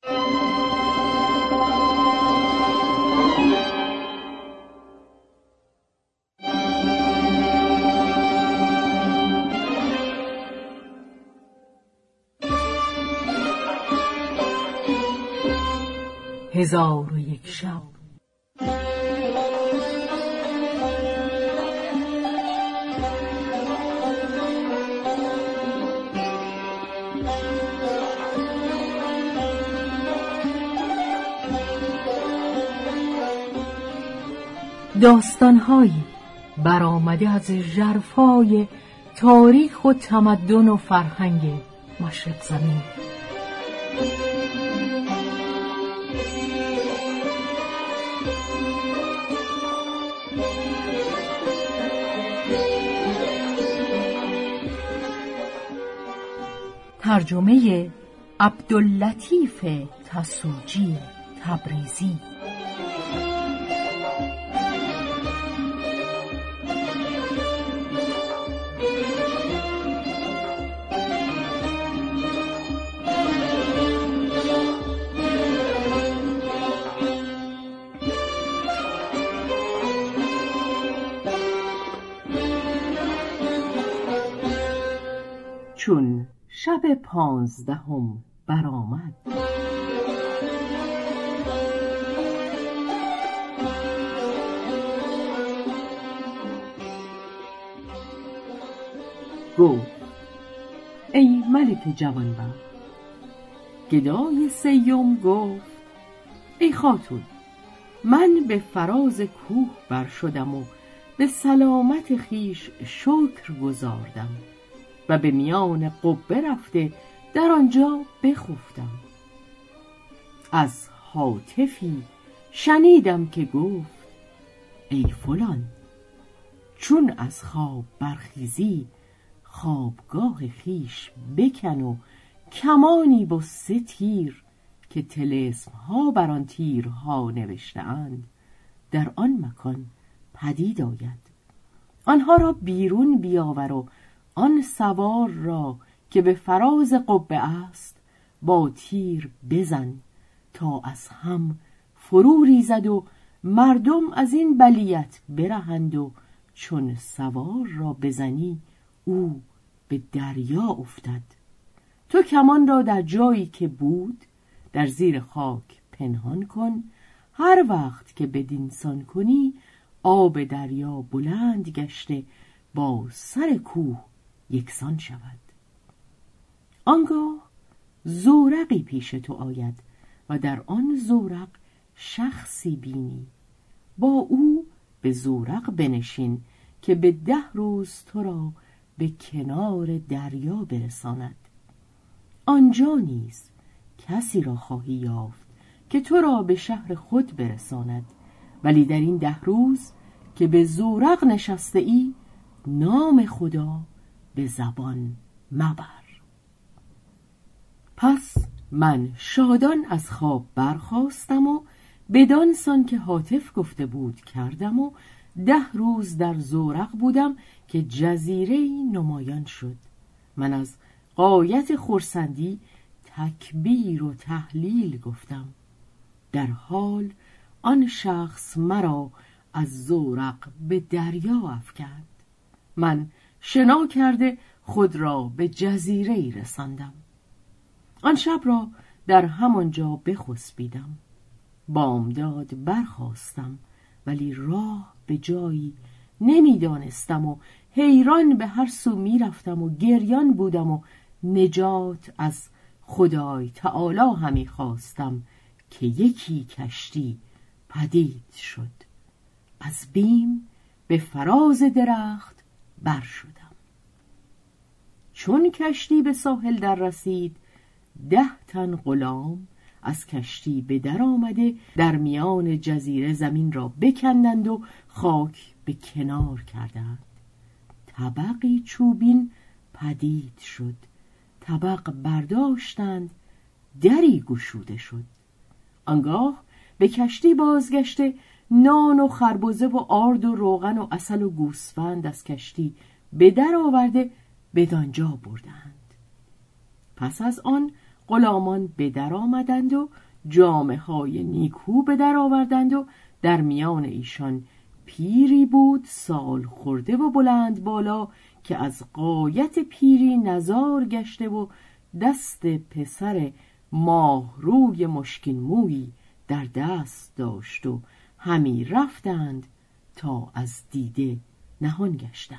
هزار و یک شب. داستان‌هایی برآمده از ژرفای تاریخ و تمدن و فرهنگ مشرق زمین. ترجمه عبداللطیف تسوجی تبریزی. چون شب 15 برآمد، گفت ای ملک جوانبخت. گدای سیم گفت ای خاتون، من به فراز کوه بر شدم و به سلامت خیش شکر گزاردم و به میان قبه رفته در آنجا بخفتم. از هاتفی شنیدم که گفت ای فلان، چون از خواب برخیزی خوابگاه خیش بکن و کمانی با 3 تیر که طلسم ها بر آن تیرها نوشته اند در آن مکان پدید آید. آنها را بیرون بیاور و آن سوار را که به فراز قبه است با تیر بزن تا از هم فرو ریزد و مردم از این بلیت برهند و چون سوار را بزنی او به دریا افتد. تو کمان را در جایی که بود در زیر خاک پنهان کن. هر وقت که بدینسان کنی آب دریا بلند گشته با سر کوه یکسان شود. آنگاه زورقی پیش تو آید و در آن زورق شخصی بینی. با او به زورق بنشین که به 10 روز تو را به کنار دریا برساند. آنجا نیز کسی را خواهی یافت که تو را به شهر خود برساند، ولی در این 10 روز که به زورق نشسته ای نام خدا به زبان مبر. پس من شادان از خواب برخاستم و بدان سان که هاتف گفته بود کردم و 10 روز در زورق بودم که جزیره‌ای نمایان شد. من از غایت خرسندی تکبیر و تهلیل گفتم، در حال آن شخص مرا از زورق به دریا افکند. من شنا کرده خود را به جزیره‌ای رساندم. آن شب را در همانجا بخسبیدم. بامداد برخاستم ولی راه به جایی نمیدانستم و حیران به هر سو میرفتم و گریان بودم و نجات از خدای تعالی همی خواستم که یکی کشتی پدید شد. از بیم به فراز درخت بر شدم. چون کشتی به ساحل در رسید 10 تن غلام از کشتی به در آمده در میان جزیره زمین را بکندند و خاک به کنار کردند. طبقی چوبین پدید شد. طبق برداشتند، دری گشوده شد. آنگاه به کشتی بازگشته نان و خربزه و آرد و روغن و عسل و گوسفند از کشتی به در آورده بدانجا بردند. پس از آن غلامان به در آمدند و جامه‌های نیکو به در آوردند و در میان ایشان پیری بود سال خورده و بلند بالا که از غایت پیری نزار گشته و دست پسر ماه روی مشکین مویی در دست داشت و همی رفتند تا از دیده نهان گشتند.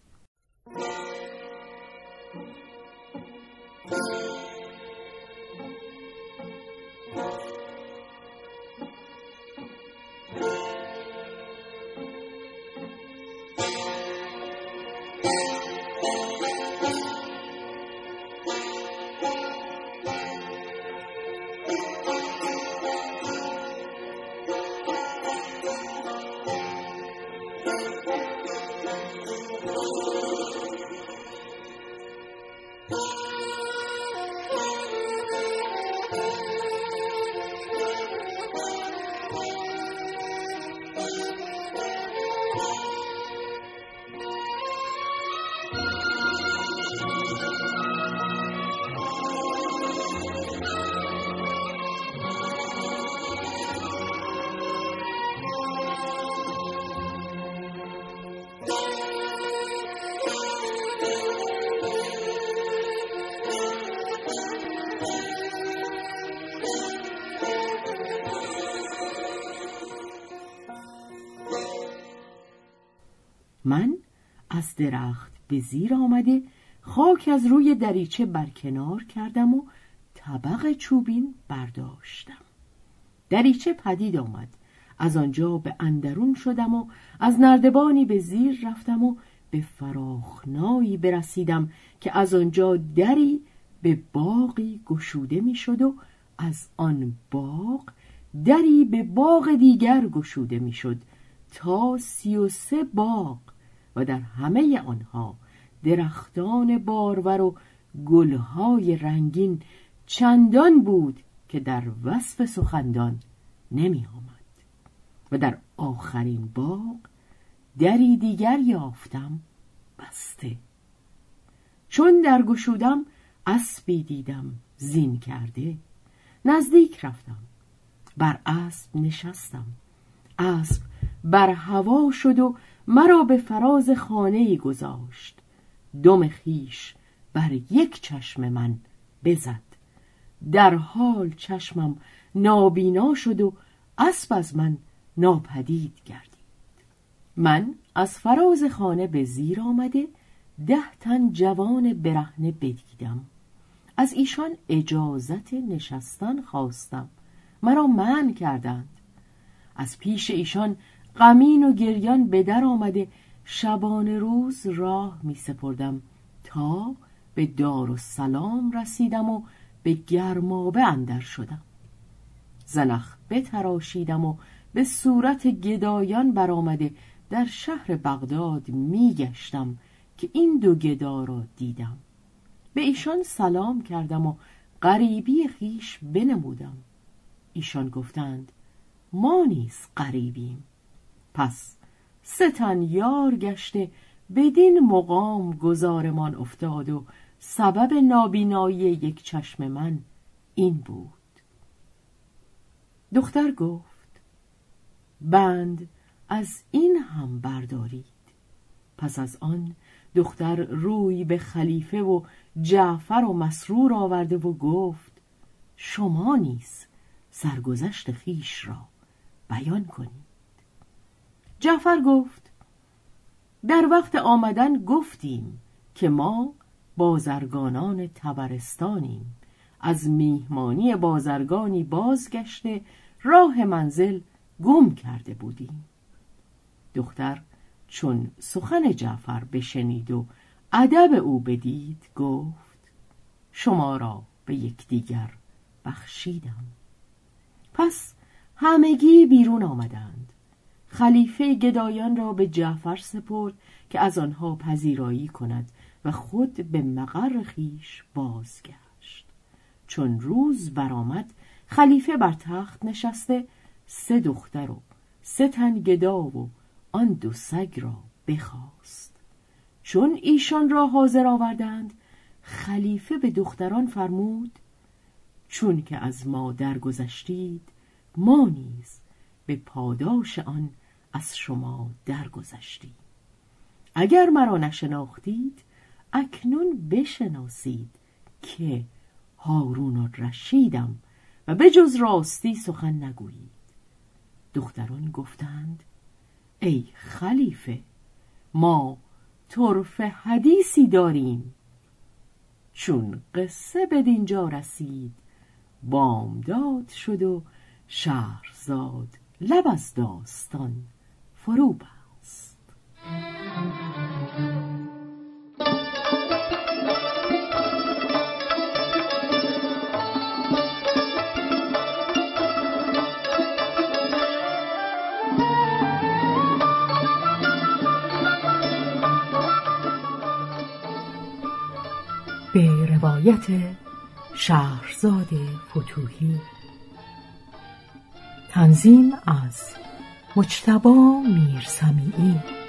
من از درخت به زیر آمده خاک از روی دریچه برکنار کردم و طبق چوبین برداشتم. دریچه پدید آمد. از آنجا به اندرون شدم و از نردبانی به زیر رفتم و به فراخنایی برسیدم که از آنجا دری به باغی گشوده می شد و از آن باغ دری به باغ دیگر گشوده می شد تا 33 باغ و در همه آنها درختان بارور و گلهای رنگین چندان بود که در وصف سخندان نمی آمد. و در آخرین باغ دری دیگر یافتم بسته. چون در گشودم اسبی دیدم زین کرده. نزدیک رفتم، بر اسب نشستم. اسب بر هوا شد و مرا به فراز خانه‌ای گذاشت. دم خویش بر یک چشم من بزد. در حال چشمم نابینا شد و اسب از من ناپدید گردید. من از فراز خانه به زیر آمده 10 تن جوان برهنه بدیدم. از ایشان اجازت نشستن خواستم، مرا منع کردند. از پیش ایشان غمین و گریان به در آمده شبانه روز راه می سپردم تا به دارالسلام رسیدم و به گرمابه اندر شدم. زنخ بتراشیدم و به صورت گدایان برآمده در شهر بغداد می گشتم که این 2 گدا را دیدم. به ایشان سلام کردم و غریبی خویش بنمودم. ایشان گفتند ما نیز غریبیم. پس 3 تن یار گشته بدین مقام گذارمان افتاد و سبب نابینایی یک چشم من این بود. دختر گفت بند از این هم بردارید. پس از آن دختر روی به خلیفه و جعفر و مسرور آورده و گفت شما نیز سرگذشت خویش را بیان کنید. جعفر گفت در وقت آمدن گفتیم که ما بازرگانان طبرستانیم. از میهمانی بازرگانی بازگشته راه منزل گم کرده بودیم. دختر چون سخن جعفر بشنید و ادب او بدید گفت شما را به یکدیگر بخشیدم. پس همگی بیرون آمدند. خلیفه گدایان را به جعفر سپرد که از آنها پذیرایی کند و خود به مقر خویش بازگشت. چون روز برآمد خلیفه بر تخت نشسته 3 دختر و 3 تن گدا و آن 2 سگ را بخواست. چون ایشان را حاضر آوردند خلیفه به دختران فرمود چون که از ما درگذشتید ما نیز به پاداش آن از شما درگذشتیم. اگر مرا نشناختید اکنون بشناسید که هارون الرشیدم و به جز راستی سخن نگویید. دختران گفتند ای خلیفه، ما طرف حدیثی داریم. چون قصه بدینجا رسید بامداد شد و شهرزاد لب از داستان فرو بست. به روایت شهرزاد فتوحی. تنظیم از مجتبی میرسمیعی.